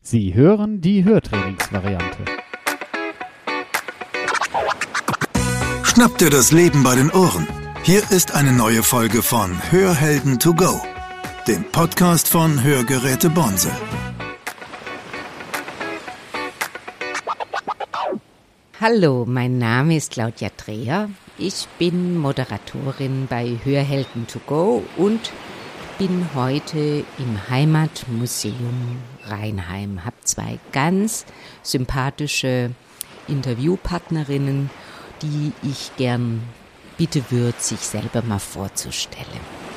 Sie hören die Hörtrainingsvariante. Schnapp dir das Leben bei den Ohren. Hier ist eine neue Folge von Hörhelden to go, dem Podcast von Hörgeräte Bonse. Hallo, mein Name ist Claudia Dreher. Ich bin Moderatorin bei Hörhelden to go und bin heute im Heimatmuseum Rheinheim. Habe zwei ganz sympathische Interviewpartnerinnen, die ich gern bitte würde, sich selber mal vorzustellen.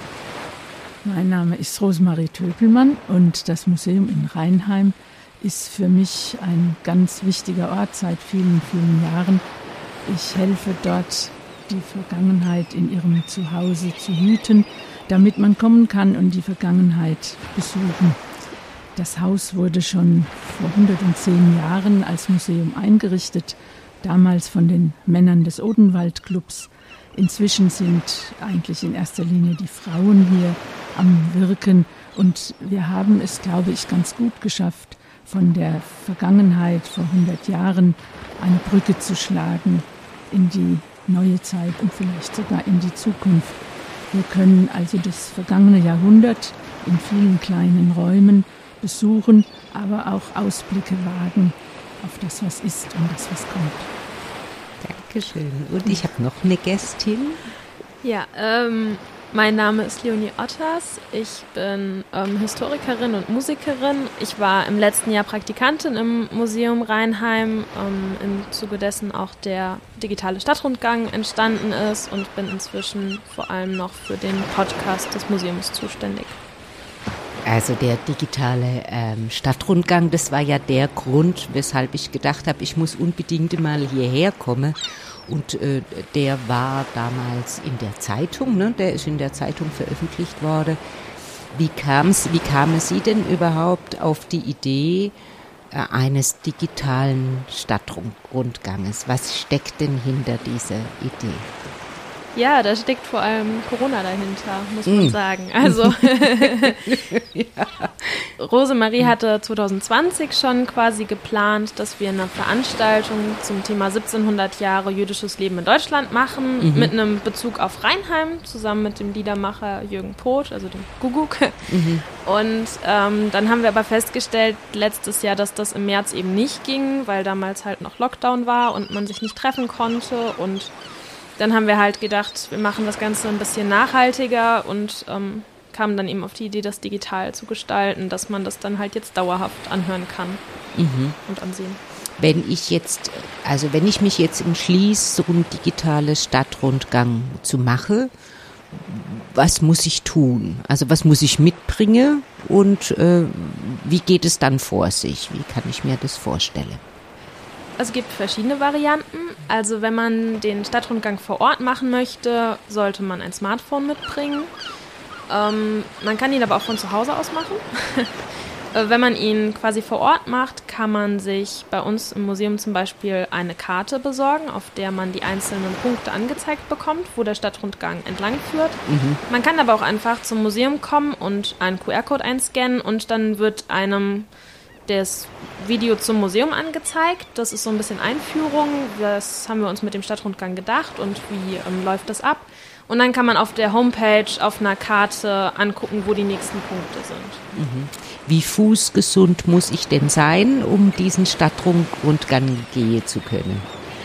Mein Name ist Rosemarie Töpelmann und das Museum in Rheinheim ist für mich ein ganz wichtiger Ort seit vielen, vielen Jahren. Ich helfe dort, die Vergangenheit in ihrem Zuhause zu hüten, damit man kommen kann und die Vergangenheit besuchen. Das Haus wurde schon vor 110 Jahren als Museum eingerichtet, damals von den Männern des Odenwald-Clubs. Inzwischen sind eigentlich in erster Linie die Frauen hier am Wirken und wir haben es, glaube ich, ganz gut geschafft, von der Vergangenheit vor 100 Jahren eine Brücke zu schlagen in die neue Zeit und vielleicht sogar in die Zukunft. Wir können also das vergangene Jahrhundert in vielen kleinen Räumen besuchen, aber auch Ausblicke wagen auf das, was ist und das, was kommt. Dankeschön. Und ich habe noch eine Gästin. Ja, mein Name ist Leonie Otters. Ich bin Historikerin und Musikerin. Ich war im letzten Jahr Praktikantin im Museum Rheinheim, im Zuge dessen auch der digitale Stadtrundgang entstanden ist und bin inzwischen vor allem noch für den Podcast des Museums zuständig. Also der digitale Stadtrundgang, das war ja der Grund, weshalb ich gedacht habe, ich muss unbedingt mal hierher kommen. Und der war damals in der Zeitung, ne? Der ist in der Zeitung veröffentlicht worden. Wie kamen Sie denn überhaupt auf die Idee eines digitalen Stadtrundganges? Was steckt denn hinter dieser Idee? Ja, da steckt vor allem Corona dahinter, muss man sagen. Also Rosemarie hatte 2020 schon quasi geplant, dass wir eine Veranstaltung zum Thema 1700 Jahre jüdisches Leben in Deutschland machen, mit einem Bezug auf Rheinheim, zusammen mit dem Liedermacher Jürgen Poth, also dem Guguk. Und dann haben wir aber festgestellt letztes Jahr, dass das im März eben nicht ging, weil damals halt noch Lockdown war und man sich nicht treffen konnte. Und dann haben wir halt gedacht, wir machen das Ganze ein bisschen nachhaltiger und kamen dann eben auf die Idee, das digital zu gestalten, dass man das dann halt jetzt dauerhaft anhören kann und ansehen. Wenn ich mich jetzt entschließe, so ein digitales Stadtrundgang zu machen, was muss ich tun? Also was muss ich mitbringen und wie geht es dann vor sich? Wie kann ich mir das vorstellen? Es gibt verschiedene Varianten. Also wenn man den Stadtrundgang vor Ort machen möchte, sollte man ein Smartphone mitbringen. Man kann ihn aber auch von zu Hause aus machen. Wenn man ihn quasi vor Ort macht, kann man sich bei uns im Museum zum Beispiel eine Karte besorgen, auf der man die einzelnen Punkte angezeigt bekommt, wo der Stadtrundgang entlang führt. Man kann aber auch einfach zum Museum kommen und einen QR-Code einscannen und dann wird einem das Video zum Museum angezeigt. Das ist so ein bisschen Einführung. Das haben wir uns mit dem Stadtrundgang gedacht und wie läuft das ab. Und dann kann man auf der Homepage auf einer Karte angucken, wo die nächsten Punkte sind. Wie fußgesund muss ich denn sein, um diesen Stadtrundgang gehen zu können?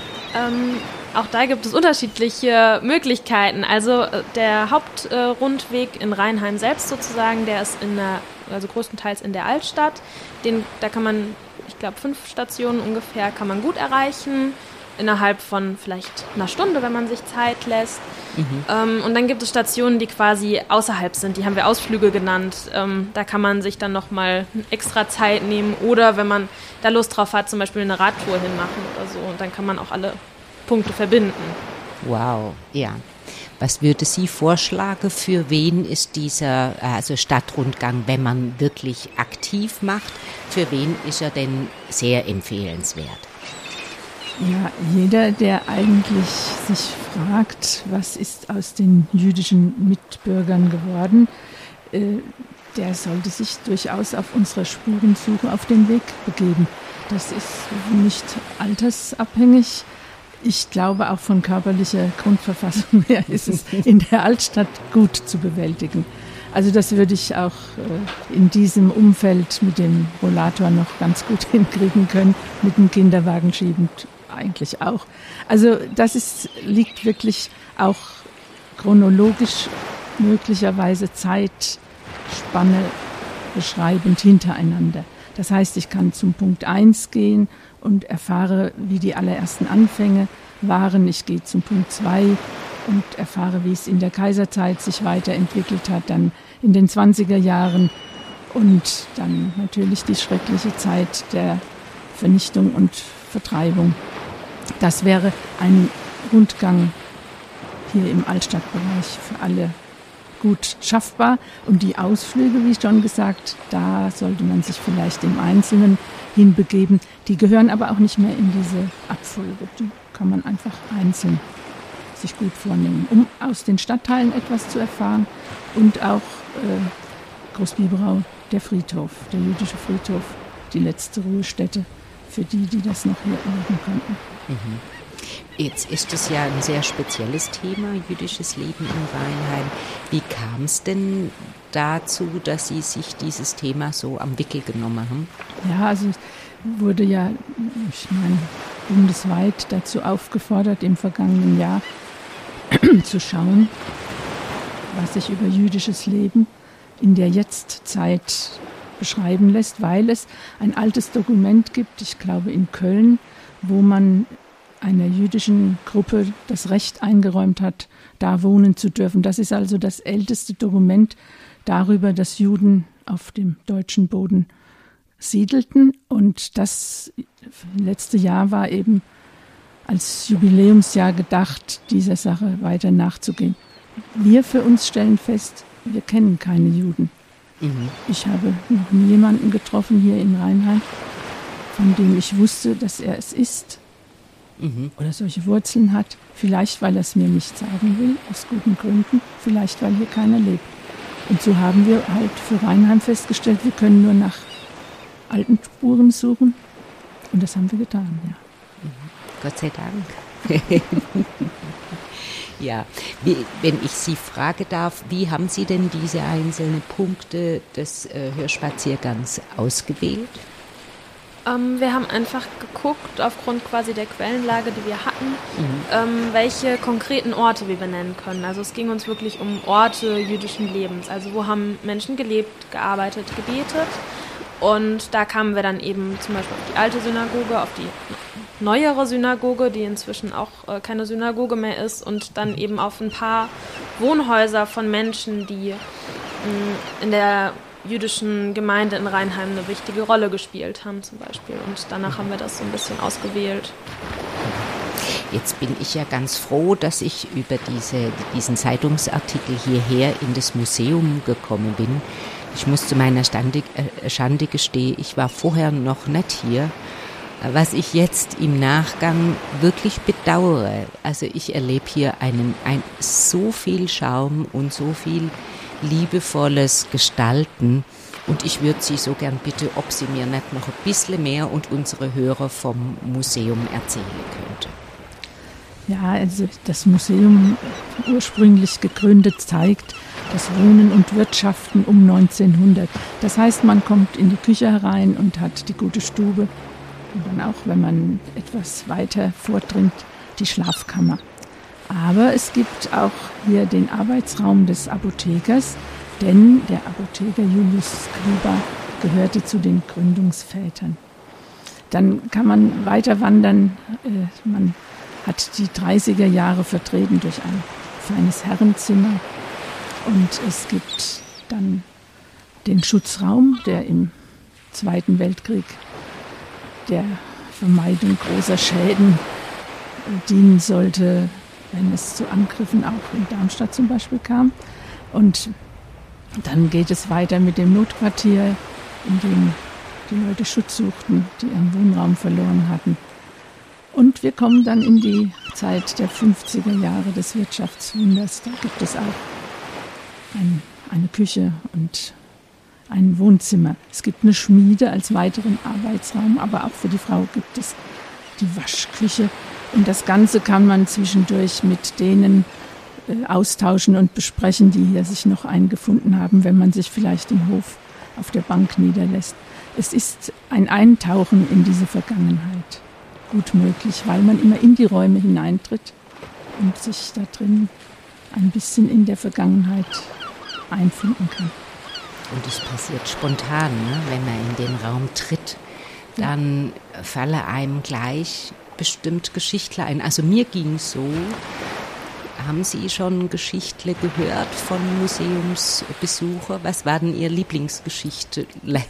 Auch da gibt es unterschiedliche Möglichkeiten. Also der Hauptrundweg in Rheinheim selbst sozusagen, der ist also größtenteils in der Altstadt. Da kann man, ich glaube 5 Stationen ungefähr, kann man gut erreichen. Innerhalb von vielleicht einer Stunde, wenn man sich Zeit lässt. Und dann gibt es Stationen, die quasi außerhalb sind. Die haben wir Ausflüge genannt. Da kann man sich dann nochmal extra Zeit nehmen. Oder wenn man da Lust drauf hat, zum Beispiel eine Radtour hinmachen oder so. Und dann kann man auch alle Punkte verbinden. Wow, ja. Was würde Sie vorschlagen, für wen ist dieser Stadtrundgang, wenn man wirklich aktiv macht, für wen ist er denn sehr empfehlenswert? Ja, jeder, der eigentlich sich fragt, was ist aus den jüdischen Mitbürgern geworden, der sollte sich durchaus auf unserer Spurensuche auf den Weg begeben. Das ist nicht altersabhängig. Ich glaube, auch von körperlicher Grundverfassung her ist es in der Altstadt gut zu bewältigen. Also das würde ich auch in diesem Umfeld mit dem Rollator noch ganz gut hinkriegen können, mit dem Kinderwagen schiebend eigentlich auch. Also das liegt wirklich auch chronologisch möglicherweise Zeitspanne beschreibend hintereinander. Das heißt, ich kann zum Punkt 1 gehen und erfahre, wie die allerersten Anfänge waren. Ich gehe zum Punkt 2 und erfahre, wie es in der Kaiserzeit sich weiterentwickelt hat, dann in den 20er Jahren und dann natürlich die schreckliche Zeit der Vernichtung und Vertreibung. Das wäre ein Rundgang hier im Altstadtbereich für alle gut schaffbar. Und die Ausflüge, wie schon gesagt, da sollte man sich vielleicht im Einzelnen hinbegeben. Die gehören aber auch nicht mehr in diese Abfolge. Die kann man einfach einzeln sich gut vornehmen, um aus den Stadtteilen etwas zu erfahren. Und auch Großbiberau, der Friedhof, der jüdische Friedhof, die letzte Ruhestätte für die das noch hier erleben konnten. Mhm. Jetzt ist es ja ein sehr spezielles Thema, jüdisches Leben in Rheinheim. Wie kam es denn dazu, dass Sie sich dieses Thema so am Wickel genommen haben? Ja, also es wurde ja, bundesweit dazu aufgefordert, im vergangenen Jahr zu schauen, was sich über jüdisches Leben in der Jetztzeit beschreiben lässt, weil es ein altes Dokument gibt, ich glaube in Köln, wo man einer jüdischen Gruppe das Recht eingeräumt hat, da wohnen zu dürfen. Das ist also das älteste Dokument darüber, dass Juden auf dem deutschen Boden siedelten. Und das letzte Jahr war eben als Jubiläumsjahr gedacht, dieser Sache weiter nachzugehen. Wir für uns stellen fest, wir kennen keine Juden. Mhm. Ich habe noch nie jemanden getroffen hier in Rheinheim, von dem ich wusste, dass er es ist. Oder solche Wurzeln hat, vielleicht weil er es mir nicht sagen will, aus guten Gründen, vielleicht weil hier keiner lebt. Und so haben wir halt für Rheinheim festgestellt, wir können nur nach alten Spuren suchen und das haben wir getan, ja. Gott sei Dank. Ja, wenn ich Sie fragen darf, wie haben Sie denn diese einzelnen Punkte des Hörspaziergangs ausgewählt? Wir haben einfach geguckt, aufgrund quasi der Quellenlage, die wir hatten, welche konkreten Orte wir benennen können. Also es ging uns wirklich um Orte jüdischen Lebens. Also wo haben Menschen gelebt, gearbeitet, gebetet. Und da kamen wir dann eben zum Beispiel auf die alte Synagoge, auf die neuere Synagoge, die inzwischen auch keine Synagoge mehr ist. Und dann eben auf ein paar Wohnhäuser von Menschen, die in der jüdischen Gemeinde in Rheinheim eine wichtige Rolle gespielt haben zum Beispiel. Und danach haben wir das so ein bisschen ausgewählt. Jetzt bin ich ja ganz froh, dass ich über diesen Zeitungsartikel hierher in das Museum gekommen bin. Ich muss zu meiner Schande gestehen, ich war vorher noch nicht hier. Was ich jetzt im Nachgang wirklich bedauere, also ich erlebe hier so viel Charme und so viel liebevolles Gestalten. Und ich würde Sie so gern bitten, ob Sie mir nicht noch ein bisschen mehr und unsere Hörer vom Museum erzählen könnte. Ja, also das Museum, ursprünglich gegründet, zeigt das Wohnen und Wirtschaften um 1900. Das heißt, man kommt in die Küche herein und hat die gute Stube und dann auch, wenn man etwas weiter vordringt, die Schlafkammer. Aber es gibt auch hier den Arbeitsraum des Apothekers, denn der Apotheker Julius Gruber gehörte zu den Gründungsvätern. Dann kann man weiter wandern. Man hat die 30er Jahre vertreten durch ein feines Herrenzimmer. Und es gibt dann den Schutzraum, der im Zweiten Weltkrieg der Vermeidung großer Schäden dienen sollte, wenn es zu Angriffen auch in Darmstadt zum Beispiel kam. Und dann geht es weiter mit dem Notquartier, in dem die Leute Schutz suchten, die ihren Wohnraum verloren hatten. Und wir kommen dann in die Zeit der 50er Jahre des Wirtschaftswunders. Da gibt es auch eine Küche und ein Wohnzimmer. Es gibt eine Schmiede als weiteren Arbeitsraum, aber auch für die Frau gibt es die Waschküche. Und das Ganze kann man zwischendurch mit denen austauschen und besprechen, die hier sich noch eingefunden haben, wenn man sich vielleicht im Hof auf der Bank niederlässt. Es ist ein Eintauchen in diese Vergangenheit gut möglich, weil man immer in die Räume hineintritt und sich da drin ein bisschen in der Vergangenheit einfinden kann. Und es passiert spontan, ne? Wenn man in den Raum tritt, dann fallen einem gleich bestimmt Geschichtler ein. Also mir ging es so. Haben Sie schon Geschichtler gehört von Museumsbesuchern? Was war denn Ihr Lieblingsgeschichtler?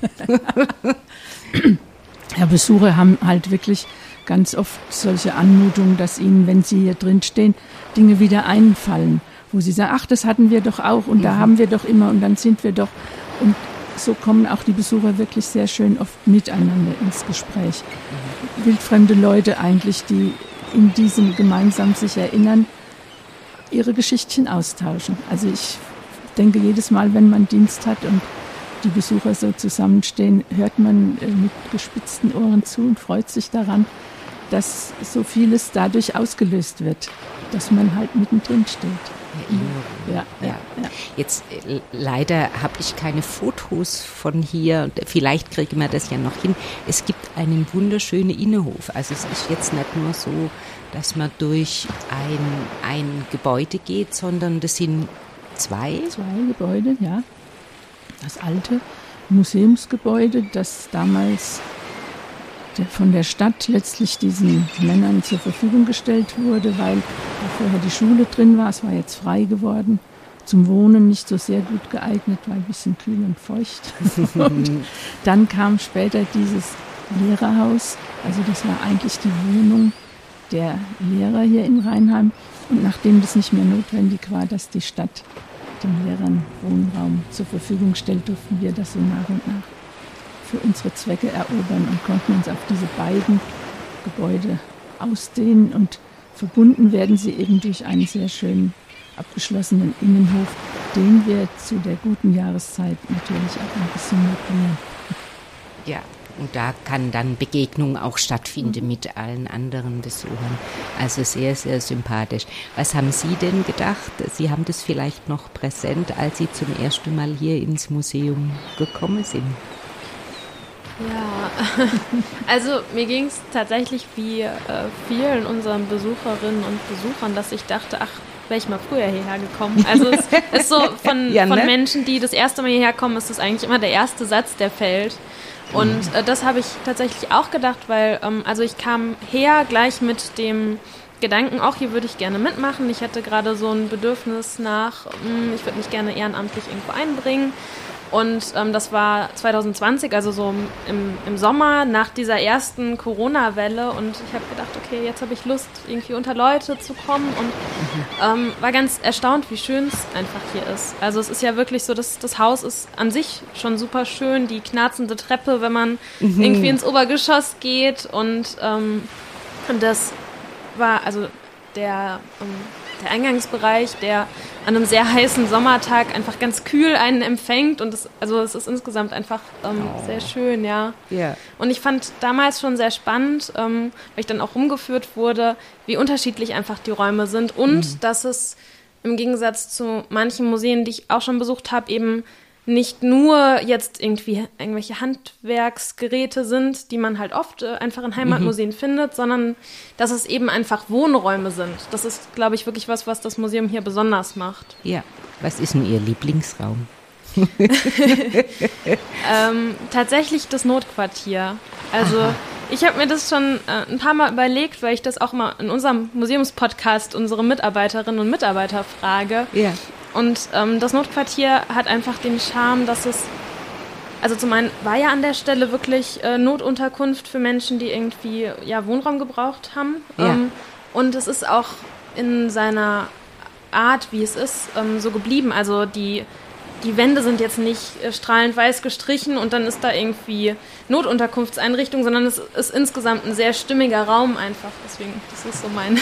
Ja, Besucher haben halt wirklich ganz oft solche Anmutungen, dass ihnen, wenn sie hier drin stehen, Dinge wieder einfallen, wo sie sagen, ach, das hatten wir doch auch und da haben wir doch immer und dann sind wir doch. Und so kommen auch die Besucher wirklich sehr schön oft miteinander ins Gespräch. Wildfremde Leute eigentlich, die in diesem gemeinsam sich erinnern, ihre Geschichtchen austauschen. Also ich denke, jedes Mal, wenn man Dienst hat und die Besucher so zusammenstehen, hört man mit gespitzten Ohren zu und freut sich daran, dass so vieles dadurch ausgelöst wird, dass man halt mittendrin steht. Ja. Jetzt leider habe ich keine Fotos von hier. Vielleicht kriegen wir das ja noch hin. Es gibt einen wunderschönen Innenhof. Also es ist jetzt nicht nur so, dass man durch ein Gebäude geht, sondern das sind zwei Gebäude, ja. Das alte Museumsgebäude, das damals von der Stadt letztlich diesen Männern zur Verfügung gestellt wurde, weil da vorher die Schule drin war. Es war jetzt frei geworden. Zum Wohnen nicht so sehr gut geeignet, weil ein bisschen kühl und feucht. Und dann kam später dieses Lehrerhaus. Also das war eigentlich die Wohnung der Lehrer hier in Rheinheim. Und nachdem das nicht mehr notwendig war, dass die Stadt den Lehrern Wohnraum zur Verfügung stellt, durften wir das so nach und nach für unsere Zwecke erobern und konnten uns auf diese beiden Gebäude ausdehnen. Und verbunden werden sie eben durch einen sehr schönen abgeschlossenen Innenhof, den wir zu der guten Jahreszeit natürlich auch ein bisschen möblieren. Ja, und da kann dann Begegnung auch stattfinden mit allen anderen Besuchern. Also sehr, sehr sympathisch. Was haben Sie denn gedacht? Sie haben das vielleicht noch präsent, als Sie zum ersten Mal hier ins Museum gekommen sind. Ja, also mir ging es tatsächlich wie vielen unseren Besucherinnen und Besuchern, dass ich dachte, ach, wäre ich mal früher hierher gekommen. Also es ist so von Menschen, die das erste Mal hierher kommen, ist das eigentlich immer der erste Satz, der fällt. Und das habe ich tatsächlich auch gedacht, weil also ich kam her gleich mit dem Gedanken, auch hier würde ich gerne mitmachen. Ich hatte gerade so ein Bedürfnis nach, ich würde mich gerne ehrenamtlich irgendwo einbringen. Und das war 2020, also so im Sommer nach dieser ersten Corona-Welle. Und ich habe gedacht, okay, jetzt habe ich Lust, irgendwie unter Leute zu kommen. Und war ganz erstaunt, wie schön es einfach hier ist. Also es ist ja wirklich so, das Haus ist an sich schon super schön. Die knarzende Treppe, wenn man irgendwie ins Obergeschoss geht. Und das war also der Eingangsbereich, der an einem sehr heißen Sommertag einfach ganz kühl einen empfängt und es ist insgesamt einfach sehr schön, ja. Yeah. Und ich fand damals schon sehr spannend, weil ich dann auch rumgeführt wurde, wie unterschiedlich einfach die Räume sind und dass es im Gegensatz zu manchen Museen, die ich auch schon besucht habe, eben nicht nur jetzt irgendwie irgendwelche Handwerksgeräte sind, die man halt oft einfach in Heimatmuseen findet, sondern dass es eben einfach Wohnräume sind. Das ist, glaube ich, wirklich was das Museum hier besonders macht. Ja, was ist denn Ihr Lieblingsraum? Tatsächlich das Notquartier. Also ich habe mir das schon ein paar Mal überlegt, weil ich das auch mal in unserem Museumspodcast unsere Mitarbeiterinnen und Mitarbeiter frage. Ja. Und das Notquartier hat einfach den Charme, dass es, also zum einen war ja an der Stelle wirklich Notunterkunft für Menschen, die irgendwie Wohnraum gebraucht haben. Ja. Und es ist auch in seiner Art, wie es ist, so geblieben. Also die Wände sind jetzt nicht strahlend weiß gestrichen und dann ist da irgendwie Notunterkunftseinrichtung, sondern es ist insgesamt ein sehr stimmiger Raum einfach. Deswegen, das ist so mein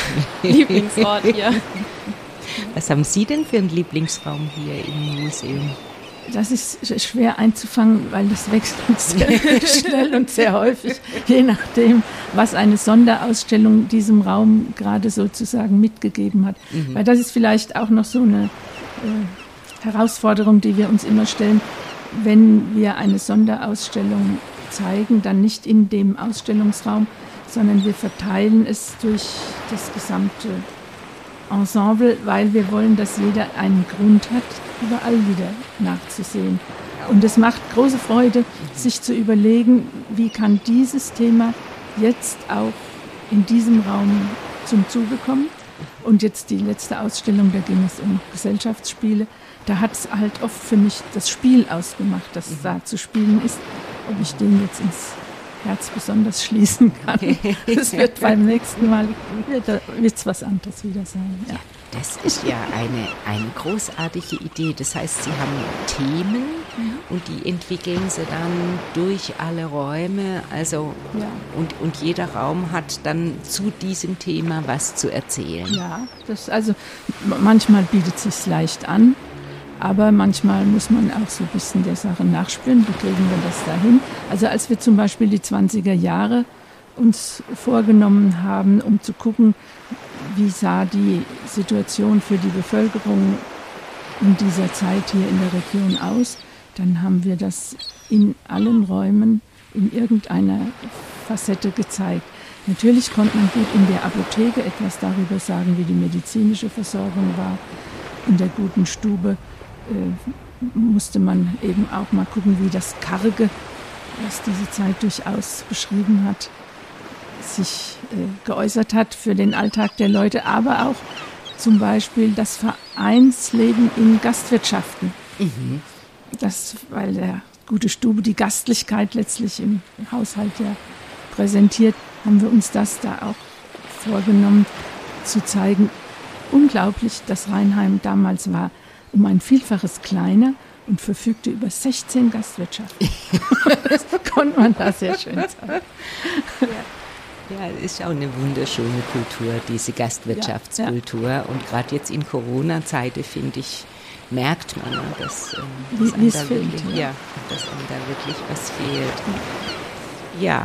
Lieblingsort hier. Was haben Sie denn für einen Lieblingsraum hier im Museum? Das ist schwer einzufangen, weil das wechselt sehr schnell und sehr häufig, je nachdem, was eine Sonderausstellung diesem Raum gerade sozusagen mitgegeben hat. Weil das ist vielleicht auch noch so eine Herausforderung, die wir uns immer stellen, wenn wir eine Sonderausstellung zeigen, dann nicht in dem Ausstellungsraum, sondern wir verteilen es durch das gesamte Ensemble, weil wir wollen, dass jeder einen Grund hat, überall wieder nachzusehen. Und es macht große Freude, sich zu überlegen, wie kann dieses Thema jetzt auch in diesem Raum zum Zuge kommen. Und jetzt die letzte Ausstellung, da ging es um Gesellschaftsspiele. Da hat es halt oft für mich das Spiel ausgemacht, das da zu spielen ist. Ob ich den jetzt ins Herz besonders schließen kann. Es wird beim nächsten Mal wird's was anderes wieder sein. Ja. Das ist ja eine großartige Idee. Das heißt, Sie haben Themen und die entwickeln Sie dann durch alle Räume. Also und jeder Raum hat dann zu diesem Thema was zu erzählen. Ja, manchmal bietet es sich leicht an. Aber manchmal muss man auch so ein bisschen der Sache nachspüren, wie kriegen wir das dahin. Also als wir zum Beispiel die 20er Jahre uns vorgenommen haben, um zu gucken, wie sah die Situation für die Bevölkerung in dieser Zeit hier in der Region aus, dann haben wir das in allen Räumen in irgendeiner Facette gezeigt. Natürlich konnte man gut in der Apotheke etwas darüber sagen, wie die medizinische Versorgung war. In der guten Stube musste man eben auch mal gucken, wie das Karge, was diese Zeit durchaus beschrieben hat, sich geäußert hat für den Alltag der Leute, aber auch zum Beispiel das Vereinsleben in Gastwirtschaften. Weil der gute Stube die Gastlichkeit letztlich im Haushalt ja präsentiert, haben wir uns das da auch vorgenommen zu zeigen. Unglaublich, dass Rheinheim damals war um ein Vielfaches kleiner und verfügte über 16 Gastwirtschaften. Das konnte man da sehr schön zeigen. Ja, es ist auch eine wunderschöne Kultur, diese Gastwirtschaftskultur. Ja. Und gerade jetzt in Corona-Zeiten, finde ich, merkt man, dass einem da wirklich was fehlt. Ja,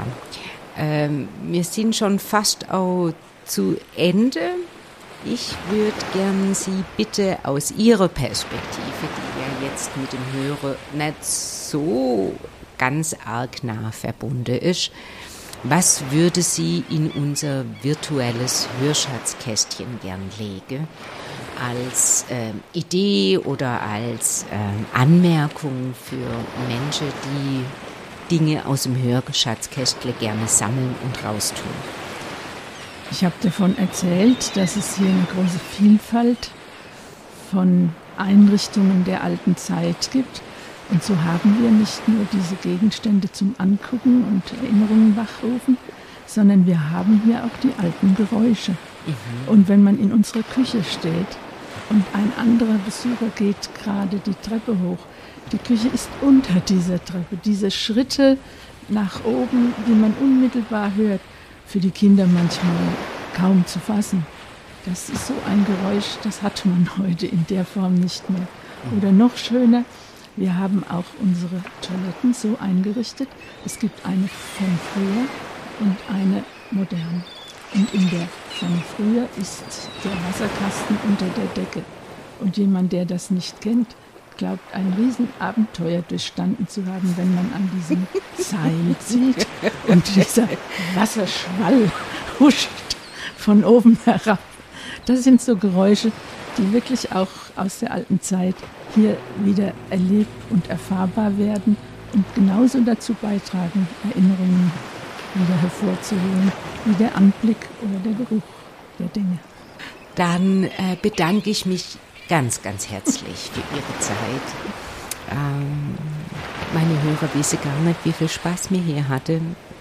wir sind schon fast auch zu Ende. Ich würde gern Sie bitte aus Ihrer Perspektive, die ja jetzt mit dem Hörer nicht so ganz arg nah verbunden ist, was würde Sie in unser virtuelles Hörschatzkästchen gern legen? Als Idee oder als Anmerkung für Menschen, die Dinge aus dem Hörschatzkästle gerne sammeln und raustun? Ich habe davon erzählt, dass es hier eine große Vielfalt von Einrichtungen der alten Zeit gibt. Und so haben wir nicht nur diese Gegenstände zum Angucken und Erinnerungen wachrufen, sondern wir haben hier auch die alten Geräusche. Und wenn man in unserer Küche steht und ein anderer Besucher geht gerade die Treppe hoch, die Küche ist unter dieser Treppe. Diese Schritte nach oben, die man unmittelbar hört, für die Kinder manchmal kaum zu fassen. Das ist so ein Geräusch, das hat man heute in der Form nicht mehr. Oder noch schöner, wir haben auch unsere Toiletten so eingerichtet. Es gibt eine von früher und eine moderne. Und in der von früher ist der Wasserkasten unter der Decke. Und jemand, der das nicht kennt, glaubt, ein Riesenabenteuer durchstanden zu haben, wenn man an diesem Seil zieht und dieser Wasserschwall huscht von oben herab. Das sind so Geräusche, die wirklich auch aus der alten Zeit hier wieder erlebt und erfahrbar werden und genauso dazu beitragen, Erinnerungen wieder hervorzuholen, wie der Anblick oder der Geruch der Dinge. Dann bedanke ich mich ganz, ganz herzlich für Ihre Zeit. Meine Hörer wissen gar nicht, wie viel Spaß mir hier hatte.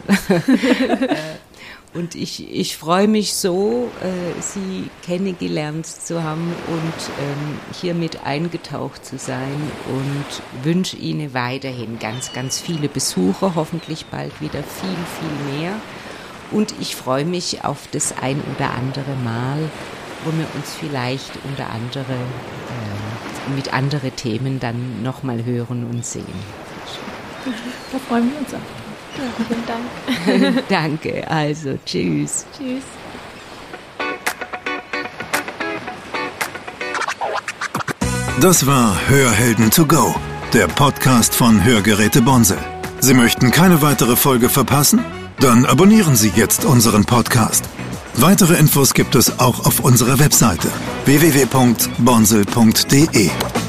Und ich freue mich so, Sie kennengelernt zu haben und hier mit eingetaucht zu sein und wünsche Ihnen weiterhin ganz, ganz viele Besucher, hoffentlich bald wieder viel, viel mehr. Und ich freue mich auf das ein oder andere Mal, wo wir uns vielleicht unter anderem mit anderen Themen dann nochmal hören und sehen. Da freuen wir uns auch. Ja, vielen Dank. Danke, also tschüss. Tschüss. Das war Hörhelden to go, der Podcast von Hörgeräte Bonsel. Sie möchten keine weitere Folge verpassen? Dann abonnieren Sie jetzt unseren Podcast. Weitere Infos gibt es auch auf unserer Webseite www.bonsel.de.